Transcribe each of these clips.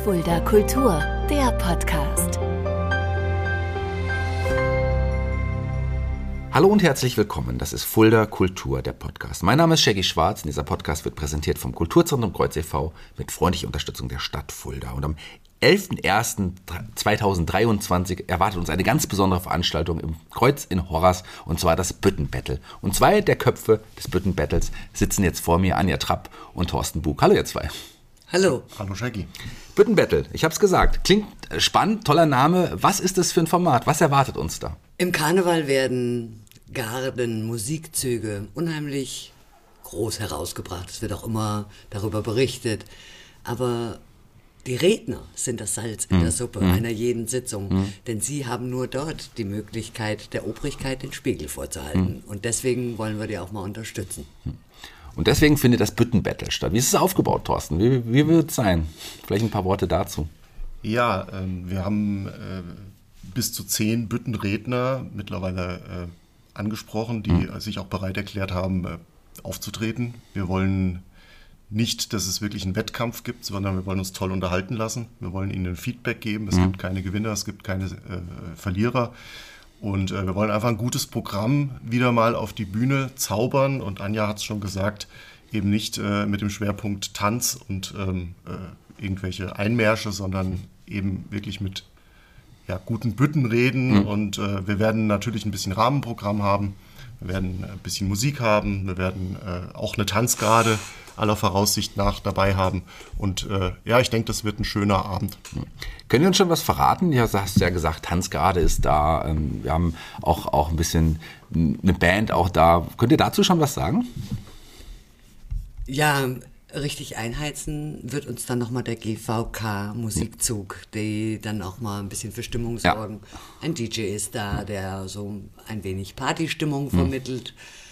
Fulda Kultur, der Podcast. Hallo und herzlich willkommen, das ist Fulda Kultur, der Podcast. Mein Name ist Shaggy Schwarz und dieser Podcast wird präsentiert vom Kulturzentrum Kreuz e.V. mit freundlicher Unterstützung der Stadt Fulda. Und am 11.01.2023 erwartet uns eine ganz besondere Veranstaltung im Kreuz in Horras, und zwar das Büttenbattle. Und zwei der Köpfe des Büttenbattles sitzen jetzt vor mir, Anja Trapp und Thorsten Bug. Hallo ihr zwei. Hallo. Hallo Shaggy. Büttenbattle, ich habe es gesagt, klingt spannend, toller Name. Was ist das für ein Format? Was erwartet uns da? Im Karneval werden Garden, Musikzüge unheimlich groß herausgebracht. Es wird auch immer darüber berichtet. Aber die Redner sind das Salz in der Suppe einer jeden Sitzung. Denn sie haben nur dort die Möglichkeit, der Obrigkeit den Spiegel vorzuhalten. Und deswegen wollen wir die auch mal unterstützen. Und deswegen findet das Büttenbattle statt. Wie ist es aufgebaut, Thorsten? Wie wird es sein? Vielleicht ein paar Worte dazu. Ja, wir haben bis zu 10 Büttenredner mittlerweile angesprochen, die sich auch bereit erklärt haben, aufzutreten. Wir wollen nicht, dass es wirklich einen Wettkampf gibt, sondern wir wollen uns toll unterhalten lassen. Wir wollen ihnen ein Feedback geben. Es gibt keine Gewinner, es gibt keine Verlierer. Und wir wollen einfach ein gutes Programm wieder mal auf die Bühne zaubern. Und Anja hat es schon gesagt, eben nicht mit dem Schwerpunkt Tanz und irgendwelche Einmärsche, sondern eben wirklich mit guten Büttenreden. Und wir werden natürlich ein bisschen Rahmenprogramm haben. Wir werden ein bisschen Musik haben. Wir werden auch eine Tanzgarde aller Voraussicht nach dabei haben. Und ich denke, das wird ein schöner Abend. Können wir uns schon was verraten? Du hast ja gesagt, Tanzgarde ist da. Wir haben auch ein bisschen eine Band auch da. Könnt ihr dazu schon was sagen? Ja, richtig einheizen wird uns dann nochmal der GVK-Musikzug, die dann auch mal ein bisschen für Stimmung sorgen. Ja. Ein DJ ist da, der so ein wenig Partystimmung vermittelt.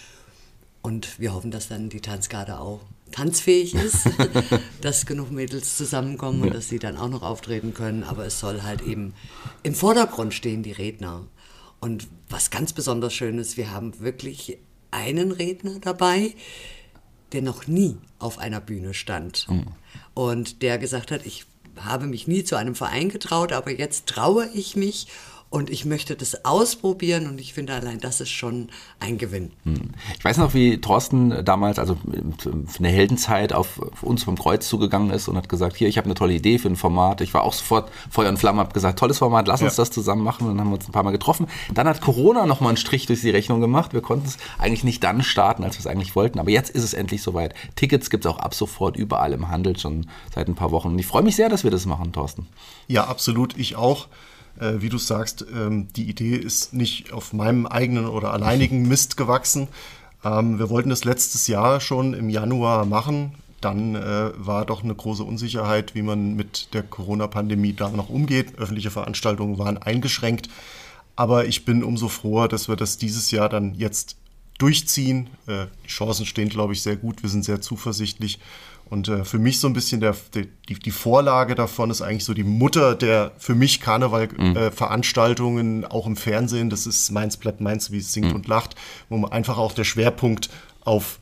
Und wir hoffen, dass dann die Tanzgarde auch tanzfähig ist, dass genug Mädels zusammenkommen und dass sie dann auch noch auftreten können. Aber es soll halt eben im Vordergrund stehen, die Redner. Und was ganz besonders schön ist, wir haben wirklich einen Redner dabei, der noch nie auf einer Bühne stand. Und der gesagt hat, ich habe mich nie zu einem Verein getraut, aber jetzt traue ich mich und ich möchte das ausprobieren und ich finde allein, das ist schon ein Gewinn. Ich weiß noch, wie Thorsten damals, also für eine Heldenzeit, auf uns vom Kreuz zugegangen ist und hat gesagt, hier, ich habe eine tolle Idee für ein Format. Ich war auch sofort Feuer und Flamme, habe gesagt, tolles Format, lass uns das zusammen machen. Und dann haben wir uns ein paar Mal getroffen. Dann hat Corona nochmal einen Strich durch die Rechnung gemacht. Wir konnten es eigentlich nicht dann starten, als wir es eigentlich wollten. Aber jetzt ist es endlich soweit. Tickets gibt es auch ab sofort überall im Handel, schon seit ein paar Wochen. Und ich freue mich sehr, dass wir das machen, Thorsten. Ja, absolut. Ich auch. Wie du sagst, die Idee ist nicht auf meinem eigenen oder alleinigen Mist gewachsen. Wir wollten das letztes Jahr schon im Januar machen. Dann war doch eine große Unsicherheit, wie man mit der Corona-Pandemie da noch umgeht. Öffentliche Veranstaltungen waren eingeschränkt. Aber ich bin umso froher, dass wir das dieses Jahr dann jetzt durchziehen. Die Chancen stehen, glaube ich, sehr gut. Wir sind sehr zuversichtlich. Und für mich so ein bisschen die Vorlage davon ist eigentlich so die Mutter der für mich Karneval-Veranstaltungen, auch im Fernsehen. Das ist Mainz bleibt Mainz, wie es singt und lacht, wo man einfach auch der Schwerpunkt auf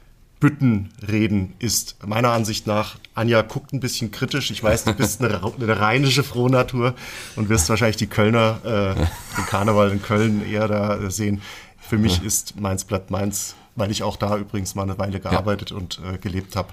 Büttenreden ist. Meiner Ansicht nach, Anja guckt ein bisschen kritisch. Ich weiß, du bist eine rheinische Frohnatur und wirst wahrscheinlich den Karneval in Köln eher da sehen. Für mich ist Mainz bleibt Mainz, weil ich auch da übrigens mal eine Weile gearbeitet und gelebt habe,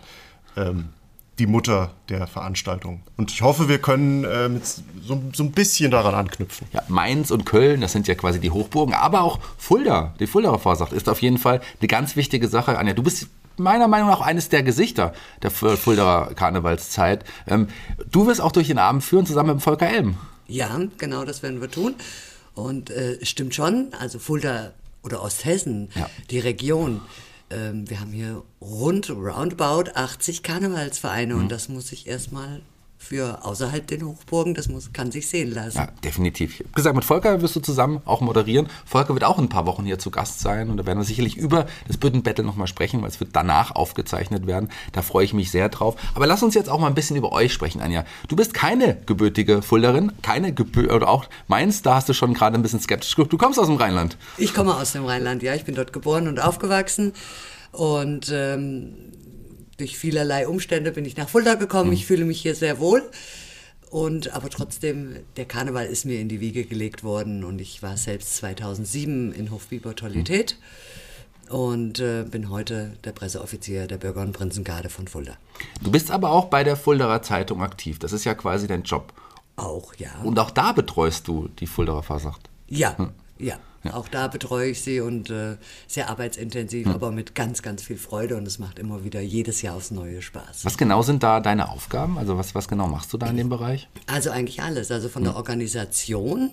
die Mutter der Veranstaltung. Und ich hoffe, wir können so ein bisschen daran anknüpfen. Ja, Mainz und Köln, das sind ja quasi die Hochburgen, aber auch Fulda, die Fuldaer Vorsacht, ist auf jeden Fall eine ganz wichtige Sache. Anja, du bist meiner Meinung nach eines der Gesichter der Fuldaer Karnevalszeit. Du wirst auch durch den Abend führen, zusammen mit dem Volker Elm. Ja, genau, das werden wir tun. Und stimmt schon, also Fulda oder Osthessen, die Region, wir haben hier roundabout 80 Karnevalsvereine und das muss ich erstmal für außerhalb den Hochburgen, kann sich sehen lassen. Ja, definitiv. Ich habe gesagt, mit Volker wirst du zusammen auch moderieren. Volker wird auch in ein paar Wochen hier zu Gast sein und da werden wir sicherlich über das Büttenbattle nochmal sprechen, weil es wird danach aufgezeichnet werden. Da freue ich mich sehr drauf. Aber lass uns jetzt auch mal ein bisschen über euch sprechen, Anja. Du bist keine gebürtige Fulderin, oder auch Mainz, da hast du schon gerade ein bisschen skeptisch geguckt. Du kommst aus dem Rheinland. Ich komme aus dem Rheinland, ja. Ich bin dort geboren und aufgewachsen und durch vielerlei Umstände bin ich nach Fulda gekommen. Ich fühle mich hier sehr wohl. Aber trotzdem, der Karneval ist mir in die Wiege gelegt worden und ich war selbst 2007 in Hofbieber-Tollität und bin heute der Presseoffizier der Bürger- und Prinzengarde von Fulda. Du bist aber auch bei der Fuldaer Zeitung aktiv. Das ist ja quasi dein Job. Auch, ja. Und auch da betreust du die Fuldaer Fasnacht. Ja. Auch da betreue ich sie und sehr arbeitsintensiv, aber mit ganz, ganz viel Freude und es macht immer wieder jedes Jahr aufs Neue Spaß. Was genau sind da deine Aufgaben? Also was genau machst du da in dem Bereich? Also eigentlich alles. Also von der Organisation,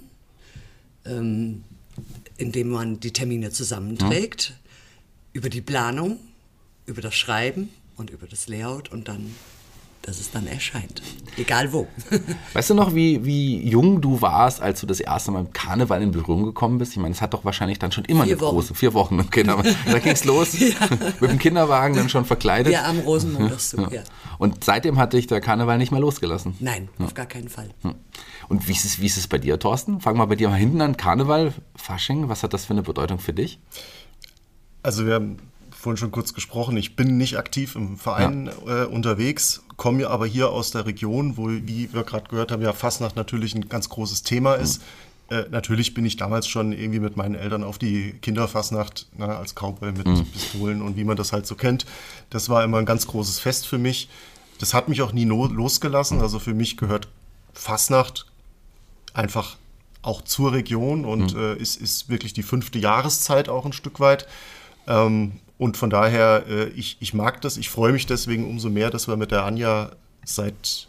indem man die Termine zusammenträgt, über die Planung, über das Schreiben und über das Layout und dann, dass es dann erscheint. Egal wo. Weißt du noch, wie jung du warst, als du das erste Mal mit Karneval in Berührung gekommen bist? Ich meine, es hat doch wahrscheinlich dann schon immer 4 Wochen. Okay, da ging's los. Mit dem Kinderwagen dann schon verkleidet. Ja, am Rosenmontagszug, ja. Und seitdem hat dich der Karneval nicht mehr losgelassen? Nein, auf gar keinen Fall. Und wie ist es bei dir, Thorsten? Fangen wir bei dir mal hinten an. Karneval, Fasching, was hat das für eine Bedeutung für dich? Also wir haben vorhin schon kurz gesprochen, ich bin nicht aktiv im Verein unterwegs, komme ja aber hier aus der Region, wo, wie wir gerade gehört haben, ja Fasnacht natürlich ein ganz großes Thema ist. Natürlich bin ich damals schon irgendwie mit meinen Eltern auf die Kinderfasnacht, als Cowboy mit Pistolen und wie man das halt so kennt. Das war immer ein ganz großes Fest für mich. Das hat mich auch nie losgelassen. Also für mich gehört Fasnacht einfach auch zur Region und ist wirklich die 5. Jahreszeit auch ein Stück weit. Und von daher, ich mag das, ich freue mich deswegen umso mehr, dass wir mit der Anja seit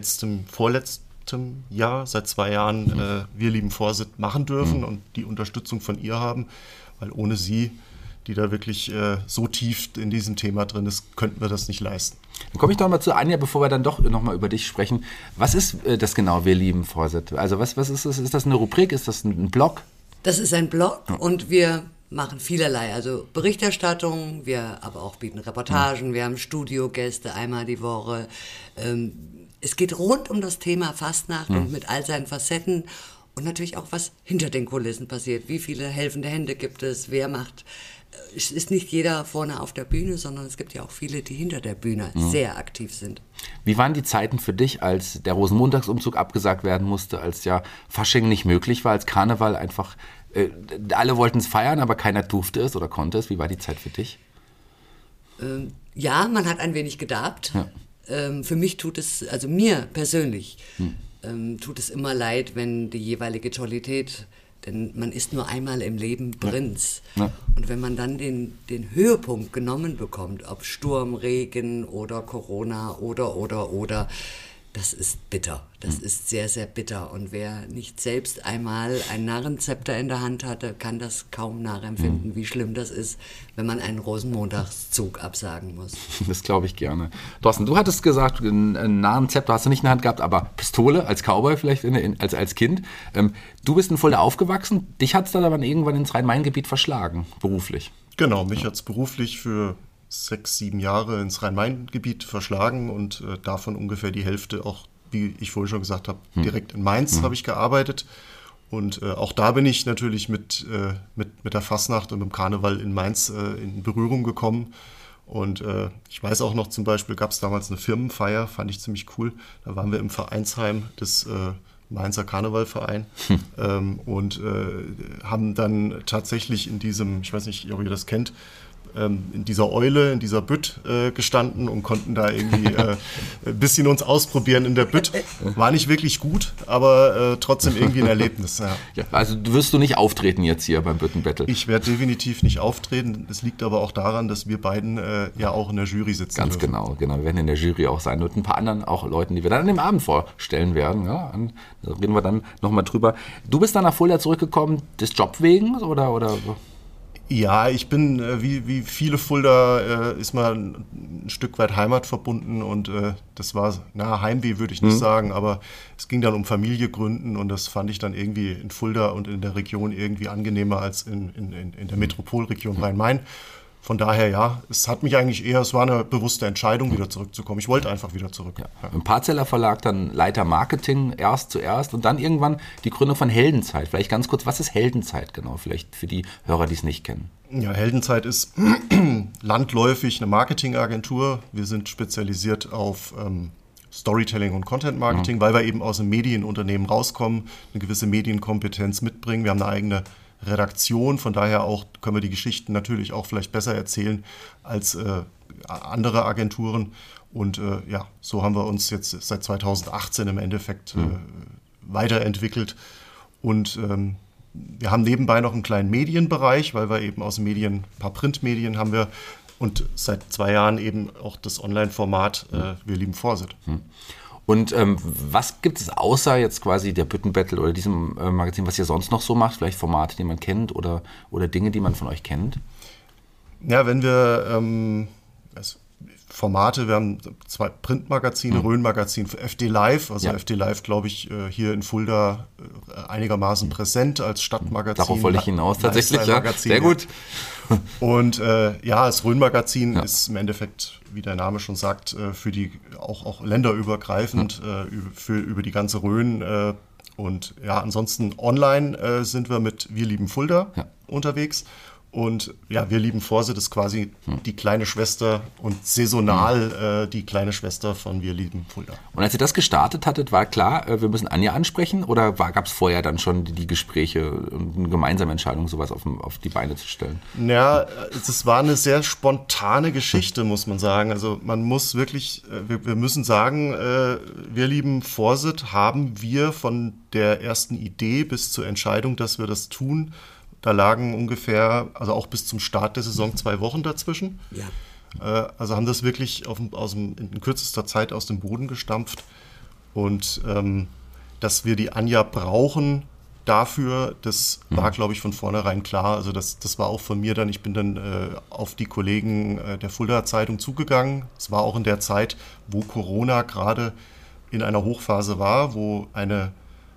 vorletztem Jahr, seit 2 Jahren, Wir lieben Vorsit machen dürfen und die Unterstützung von ihr haben, weil ohne sie, die da wirklich so tief in diesem Thema drin ist, könnten wir das nicht leisten. Dann komme ich doch mal zu Anja, bevor wir dann doch nochmal über dich sprechen. Was ist das genau, Wir lieben Vorsit? Also was ist das? Ist das eine Rubrik? Ist das ein Blog? Das ist ein Blog und wir machen vielerlei, also Berichterstattung, wir aber auch bieten Reportagen, wir haben Studiogäste einmal die Woche. Es geht rund um das Thema Fastnacht und mit all seinen Facetten und natürlich auch, was hinter den Kulissen passiert. Wie viele helfende Hände gibt es, wer macht. Es ist nicht jeder vorne auf der Bühne, sondern es gibt ja auch viele, die hinter der Bühne sehr aktiv sind. Wie waren die Zeiten für dich, als der Rosenmontagsumzug abgesagt werden musste, als ja Fasching nicht möglich war, als Karneval einfach... alle wollten es feiern, aber keiner durfte es oder konnte es. Wie war die Zeit für dich? Ja, man hat ein wenig gedarbt. Ja. Für mich tut es, also mir persönlich, tut es immer leid, wenn die jeweilige Tollität, denn man ist nur einmal im Leben Prinz. Ja. Und wenn man dann den Höhepunkt genommen bekommt, ob Sturm, Regen oder Corona oder, das ist bitter. Das ist sehr, sehr bitter. Und wer nicht selbst einmal ein Narrenzepter in der Hand hatte, kann das kaum nachempfinden, wie schlimm das ist, wenn man einen Rosenmontagszug absagen muss. Das glaube ich gerne. Thorsten, du hattest gesagt, einen Narrenzepter hast du nicht in der Hand gehabt, aber Pistole als Cowboy vielleicht als Kind. Du bist in Fulda aufgewachsen. Dich hat es dann aber irgendwann ins Rhein-Main-Gebiet verschlagen, beruflich. Genau, mich hat es beruflich für 6, 7 Jahre ins Rhein-Main-Gebiet verschlagen und davon ungefähr die Hälfte auch, wie ich vorhin schon gesagt habe, direkt in Mainz habe ich gearbeitet. Und auch da bin ich natürlich mit der Fasnacht und mit dem Karneval in Mainz in Berührung gekommen. Und ich weiß auch noch, zum Beispiel gab es damals eine Firmenfeier, fand ich ziemlich cool. Da waren wir im Vereinsheim des Mainzer Karnevalverein und haben dann tatsächlich in diesem, ich weiß nicht, ob ihr das kennt, in dieser Eule, in dieser Bütt gestanden und konnten da irgendwie ein bisschen uns ausprobieren in der Bütt. War nicht wirklich gut, aber trotzdem irgendwie ein Erlebnis. Ja. Ja, also wirst du nicht auftreten jetzt hier beim Büttenbattle? Ich werde definitiv nicht auftreten. Es liegt aber auch daran, dass wir beiden ja auch in der Jury sitzen Ganz dürfen. Genau. Wir werden in der Jury auch sein und ein paar anderen auch Leuten, die wir dann an dem Abend vorstellen werden. Ja, da reden wir dann nochmal drüber. Du bist dann nach Fulda zurückgekommen des Jobs wegen oder? Ja, ich bin, wie viele Fulda, ist man ein Stück weit heimatverbunden und das war, Heimweh würde ich nicht sagen, aber es ging dann um Familie gründen und das fand ich dann irgendwie in Fulda und in der Region irgendwie angenehmer als in der Metropolregion Rhein-Main. Von daher, ja, es hat mich eigentlich eher, es war eine bewusste Entscheidung, wieder zurückzukommen. Ich wollte einfach wieder zurück. Ja. Im Parzeller Verlag dann Leiter Marketing zuerst und dann irgendwann die Gründung von Heldenzeit. Vielleicht ganz kurz, was ist Heldenzeit genau? Vielleicht für die Hörer, die es nicht kennen. Ja, Heldenzeit ist landläufig eine Marketingagentur. Wir sind spezialisiert auf Storytelling und Content Marketing, weil wir eben aus einem Medienunternehmen rauskommen, eine gewisse Medienkompetenz mitbringen. Wir haben eine eigene Redaktion, von daher auch können wir die Geschichten natürlich auch vielleicht besser erzählen als andere Agenturen. Und so haben wir uns jetzt seit 2018 im Endeffekt weiterentwickelt. Und wir haben nebenbei noch einen kleinen Medienbereich, weil wir eben aus den Medien, ein paar Printmedien haben wir und seit 2 Jahren eben auch das Online-Format Wir lieben Vorsit. Und was gibt es außer jetzt quasi der Büttenbattle oder diesem Magazin, was ihr sonst noch so macht? Vielleicht Formate, die man kennt oder Dinge, die man von euch kennt? Ja, wenn wir Formate, wir haben 2 Printmagazine, Rhön-Magazin für FD Live, also FD Live, glaube ich, hier in Fulda einigermaßen präsent als Stadtmagazin. Darauf wollte ich hinaus, tatsächlich, ja. Sehr gut. Und das Rhön-Magazin ist im Endeffekt, wie der Name schon sagt, für die auch länderübergreifend, über die ganze Rhön. Und ansonsten online sind wir mit Wir lieben Fulda unterwegs. Und Wir lieben Vorsit ist quasi die kleine Schwester und saisonal die kleine Schwester von Wir lieben Fulda. Und als ihr das gestartet hattet, war klar, wir müssen Anja ansprechen oder gab es vorher dann schon die Gespräche und eine gemeinsame Entscheidung, sowas auf die Beine zu stellen? Ja, es war eine sehr spontane Geschichte, muss man sagen. Also man muss wirklich, wir müssen sagen, Wir lieben Vorsit haben wir von der ersten Idee bis zur Entscheidung, dass wir das tun. Da lagen ungefähr, also auch bis zum Start der Saison 2 Wochen dazwischen. Ja. Also haben das wirklich in kürzester Zeit aus dem Boden gestampft. Und dass wir die Anja brauchen dafür, das war, glaube ich, von vornherein klar. Also das war auch von mir dann, ich bin dann auf die Kollegen der Fuldaer Zeitung zugegangen. Es war auch in der Zeit, wo Corona gerade in einer Hochphase war, wo eine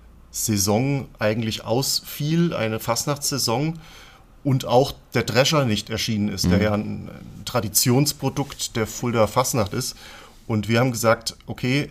Saison eigentlich ausfiel, eine Fastnachtssaison und auch der Drescher nicht erschienen ist, der ja ein Traditionsprodukt der Fuldaer Fastnacht ist. Und wir haben gesagt, okay,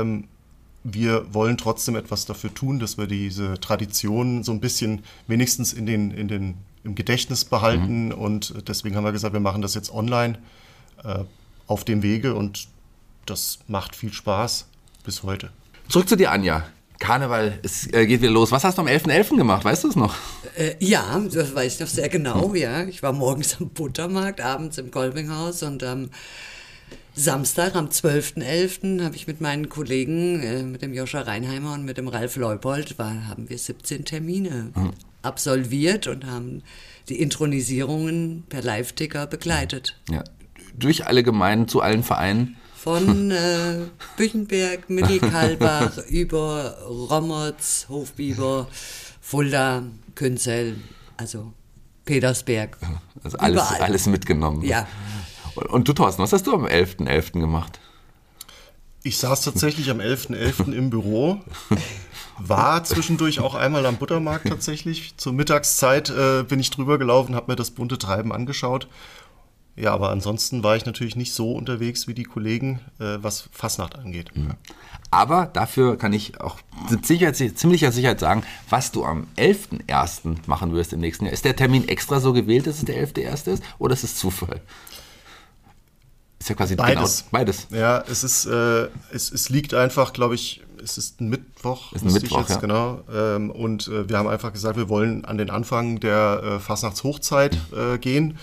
wir wollen trotzdem etwas dafür tun, dass wir diese Tradition so ein bisschen wenigstens im Gedächtnis behalten. Und deswegen haben wir gesagt, wir machen das jetzt online auf dem Wege und das macht viel Spaß bis heute. Zurück zu dir, Anja. Karneval, es geht wieder los. Was hast du am 11.11. gemacht? Weißt du es noch? Ja, das weiß ich noch sehr genau. Ja, ich war morgens am Buttermarkt, abends im Kolbinghaus und am Samstag, am 12.11. habe ich mit meinen Kollegen, mit dem Joscha Reinheimer und mit dem Ralf Leupold, haben wir 17 Termine absolviert und haben die Intronisierungen per Live-Ticker begleitet. Ja. Durch alle Gemeinden, zu allen Vereinen? Von Büchenberg, Mittelkalbach über Rommertz, Hofbieber, Fulda, Künzell, also Petersberg. Also alles mitgenommen. Ja. Und du, Thorsten, was hast du am 11.11. gemacht? Ich saß tatsächlich am 11.11. im Büro, war zwischendurch auch einmal am Buttermarkt tatsächlich. Zur Mittagszeit bin ich drüber gelaufen, habe mir das bunte Treiben angeschaut. Ja, aber ansonsten war ich natürlich nicht so unterwegs wie die Kollegen, was Fastnacht angeht. Aber dafür kann ich auch mit ziemlicher Sicherheit sagen, was du am 11.01. machen wirst im nächsten Jahr. Ist der Termin extra so gewählt, dass es der 11.01. ist, oder ist es Zufall? Ist ja quasi beides. Genau, beides. Ja, es liegt einfach, glaube ich, es ist ein Mittwoch. Ist ein Mittwoch, ja. Genau. Und wir haben einfach gesagt, wir wollen an den Anfang der Fastnachtshochzeit gehen.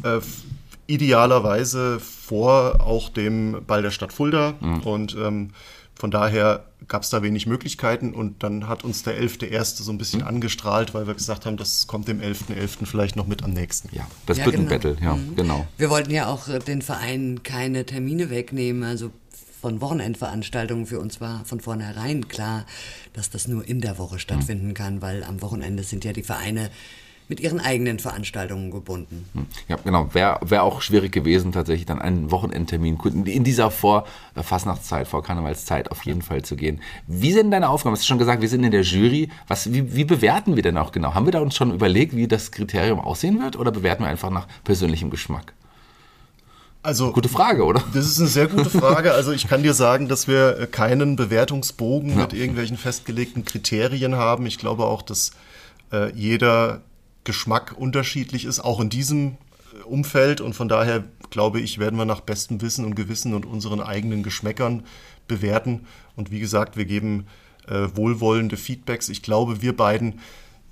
Idealerweise vor auch dem Ball der Stadt Fulda. Und von daher gab es da wenig Möglichkeiten. Und dann hat uns der 11.01. so ein bisschen angestrahlt, weil wir gesagt haben, das kommt dem 11.11. vielleicht noch mit am nächsten. Ja, das Büttenbattle, genau. Genau. Wir wollten ja auch den Vereinen keine Termine wegnehmen, also von Wochenendveranstaltungen. Für uns war von vornherein klar, dass das nur in der Woche stattfinden kann, weil am Wochenende sind ja die Vereine mit ihren eigenen Veranstaltungen gebunden. Ja, genau. Wäre auch schwierig gewesen, tatsächlich dann einen Wochenendtermin in dieser Vor-Fastnachtszeit, Vor-Karnevalszeit auf jeden Fall zu gehen. Wie sind deine Aufgaben? Hast du schon gesagt, wir sind in der Jury. Wie bewerten wir denn auch genau? Haben wir da uns schon überlegt, wie das Kriterium aussehen wird, oder bewerten wir einfach nach persönlichem Geschmack? Also, gute Frage, oder? Das ist eine sehr gute Frage. Also ich kann dir sagen, dass wir keinen Bewertungsbogen mit irgendwelchen festgelegten Kriterien haben. Ich glaube auch, dass jeder Geschmack unterschiedlich ist, auch in diesem Umfeld, und von daher glaube ich, werden wir nach bestem Wissen und Gewissen und unseren eigenen Geschmäckern bewerten. Und wie gesagt, wir geben wohlwollende Feedbacks. Ich glaube, wir beiden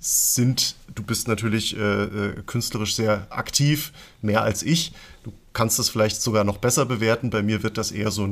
du bist natürlich künstlerisch sehr aktiv, mehr als ich. Du kannst das vielleicht sogar noch besser bewerten. Bei mir wird das eher so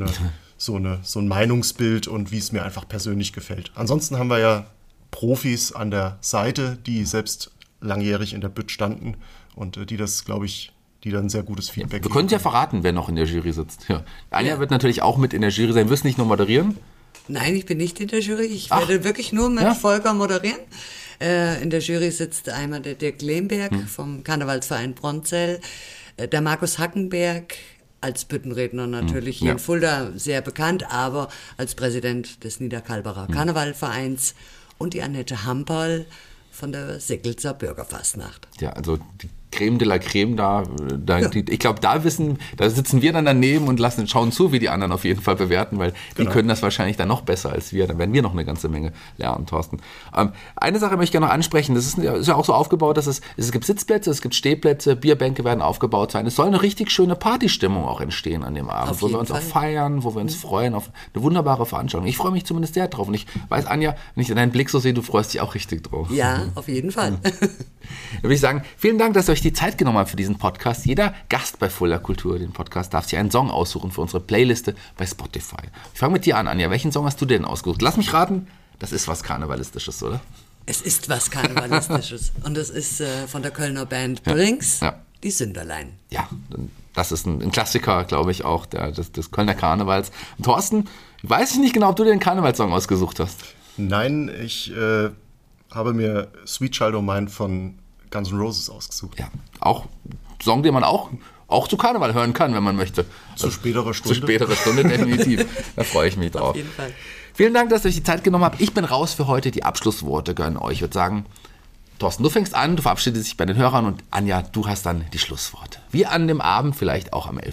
ein Meinungsbild und wie es mir einfach persönlich gefällt. Ansonsten haben wir ja Profis an der Seite, die selbst langjährig in der Bütt standen und die das, glaube ich, die dann sehr gutes Feedback geben. Wir können ja verraten, wer noch in der Jury sitzt. Ja. Anja wird natürlich auch mit in der Jury sein. Wirst du nicht nur moderieren? Nein, ich bin nicht in der Jury. Ich werde wirklich nur mit Volker moderieren. In der Jury sitzt einmal der Dirk Lehmberg vom Karnevalsverein Bronzell, der Markus Hackenberg als Büttenredner natürlich hier in Fulda sehr bekannt, aber als Präsident des Niederkalberer Karnevalvereins und die Annette Hamperl von der Seckelzer Bürgerfastnacht. Ja, also die Creme de la Creme ich glaube, da sitzen wir dann daneben und schauen zu, wie die anderen auf jeden Fall bewerten, weil die können das wahrscheinlich dann noch besser als wir. Dann werden wir noch eine ganze Menge lernen, Thorsten. Eine Sache möchte ich gerne noch ansprechen. Das ist ja auch so aufgebaut, dass es gibt Sitzplätze, es gibt Stehplätze, Bierbänke werden aufgebaut sein. Es soll eine richtig schöne Partystimmung auch entstehen an dem Abend, wo wir uns auch feiern, wo wir uns freuen auf eine wunderbare Veranstaltung. Ich freue mich zumindest sehr drauf. Und ich weiß, Anja, wenn ich deinen Blick so sehe, du freust dich auch richtig drauf. Ja, auf jeden Fall. Da würde ich sagen, vielen Dank, dass ihr euch die Zeit genommen habt für diesen Podcast. Jeder Gast bei Fulda Kultur, den Podcast, darf sich einen Song aussuchen für unsere Playliste bei Spotify. Ich fange mit dir an, Anja. Welchen Song hast du denn ausgesucht? Lass mich raten, das ist was Karnevalistisches, oder? Es ist was Karnevalistisches. Und es ist von der Kölner Band Brinks, die Sünderlein. Ja, das ist ein Klassiker, glaube ich, auch des Kölner Karnevals. Und Thorsten, weiß ich nicht genau, ob du den Karnevalssong ausgesucht hast. Nein, ich habe mir Sweet Child O' Mine von Guns N' Roses ausgesucht. Ja, auch ein Song, den man auch zu Karneval hören kann, wenn man möchte. Zu späterer Stunde. Zu späterer Stunde, definitiv. Da freue ich mich drauf. Auf jeden Fall. Vielen Dank, dass ihr euch die Zeit genommen habt. Ich bin raus für heute. Die Abschlussworte gehören euch. Ich würde sagen, Thorsten, du fängst an, du verabschiedest dich bei den Hörern und Anja, du hast dann die Schlussworte. Wie an dem Abend, vielleicht auch am 11.01.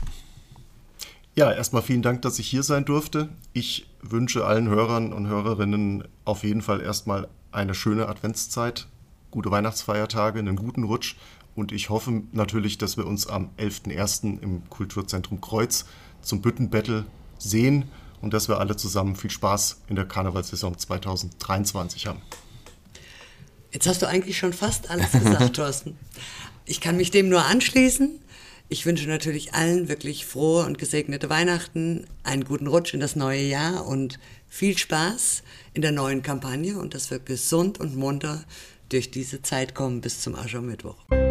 Ja, erstmal vielen Dank, dass ich hier sein durfte. Ich wünsche allen Hörern und Hörerinnen auf jeden Fall erstmal eine schöne Adventszeit, gute Weihnachtsfeiertage, einen guten Rutsch und ich hoffe natürlich, dass wir uns am 11.01. im Kulturzentrum Kreuz zum Büttenbattle sehen und dass wir alle zusammen viel Spaß in der Karnevalssaison 2023 haben. Jetzt hast du eigentlich schon fast alles gesagt, Thorsten. Ich kann mich dem nur anschließen. Ich wünsche natürlich allen wirklich frohe und gesegnete Weihnachten, einen guten Rutsch in das neue Jahr und viel Spaß in der neuen Kampagne und dass wir gesund und munter durch diese Zeit kommen bis zum Aschermittwoch.